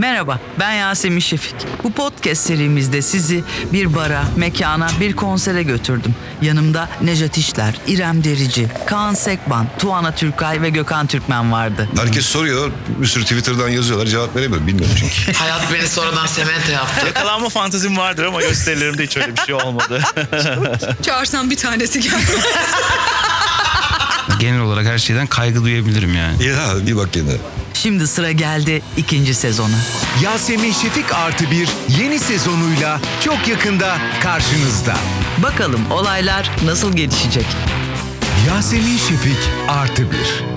Merhaba, ben Yasemin Şefik. Bu podcast serimizde sizi bir bara, mekana, bir konsere götürdüm. Yanımda Nejat İşler, İrem Derici, Kaan Sekban, Tuana Türkay ve Gökhan Türkmen vardı. Herkes soruyor, bir sürü Twitter'dan yazıyorlar, cevap veremiyorum, bilmiyorum çünkü. Hayat beni sonradan semente yaptı. Yakalanma fantezim vardır ama gösterilerimde hiç öyle bir şey olmadı. Çağırsam bir tanesi gelmez. Genel olarak her şeyden kaygı duyabilirim yani. Ya bir bak yine. Şimdi sıra geldi 2. sezona. Yasemin Şefik artı bir yeni sezonuyla çok yakında karşınızda. Bakalım olaylar nasıl gelişecek? Yasemin Şefik artı bir.